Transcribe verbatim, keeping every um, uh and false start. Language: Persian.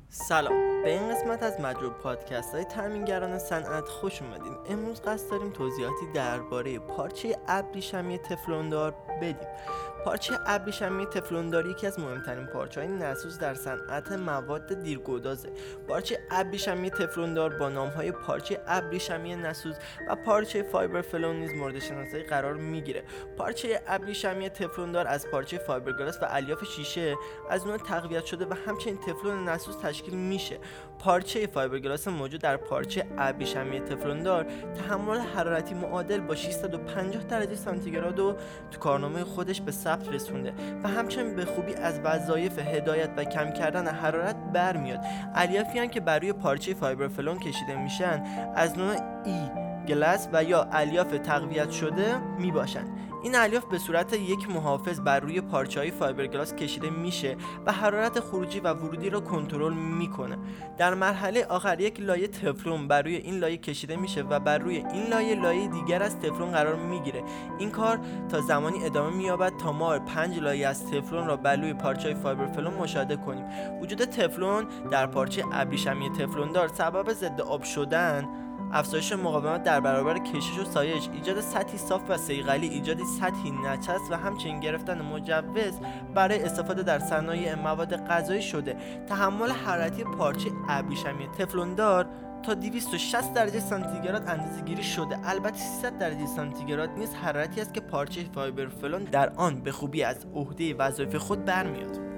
سلام، به این قسمت از مجموع پادکست های تامینگران صنعت خوش اومدین. امروز قصد داریم توضیحاتی درباره پارچه ابریشمی تفلوندار بدیم. پارچه ابریشمی تفلوندار یکی از مهمترین پارچه‌های نسوج در صنعت مواد دیرگدازه. پارچه ابریشمی تفلوندار با نام‌های پارچه ابریشمی نسوج و پارچه فایبر فلون نیز مورد شناسایی قرار میگیره. پارچه ابریشمی تفلوندار از پارچه فایبرگلاس و الیاف شیشه از نوع تقویت شده و همچنین تفلون نسوج تشکیل میشه. پارچه فایبرگلاس موجود در پارچه ابریشمی تفلوندار تحمل حرارتی معادل با ششصد و پنجاه درجه سانتیگراد و تو کارنامه خودش به ثبت رسونده و همچنین به خوبی از وظایف هدایت و کم کردن حرارت برمیاد. الیافی که بر روی پارچه فایبر فلون کشیده میشن از نوع ای گلاس و یا الیاف تقویت شده می باشن. این الیاف به صورت یک محافظ بر روی پارچه‌های فایبرگلاس کشیده میشه و حرارت خروجی و ورودی را کنترل میکنه. در مرحله آخر یک لایه تفلون بر روی این لایه کشیده میشه و بر روی این لایه لایه دیگر از تفلون قرار میگیره. این کار تا زمانی ادامه مییابد تا ما پنج لایه از تفلون را بر روی پارچه‌های فایبر فلون مشاهده کنیم. وجود تفلون در پارچه ابریشمی تفلوندار سبب ضد آب شدن، افزایش مقاومت در برابر کشش و سایش، ایجاد سطحی صاف و صیقلی، ایجاد سطحی نچسب و همچنین گرفتن مجوز برای استفاده در صنایع مواد غذایی شده. تحمل حرارتی پارچه ابریشمی تفلوندار تا دویست و شصت درجه سانتیگراد اندازه‌گیری شده. البته سیصد درجه سانتیگراد نیز حرارتی است که پارچه فایبر فلون در آن به خوبی از عهده وظایف خود برمیاد.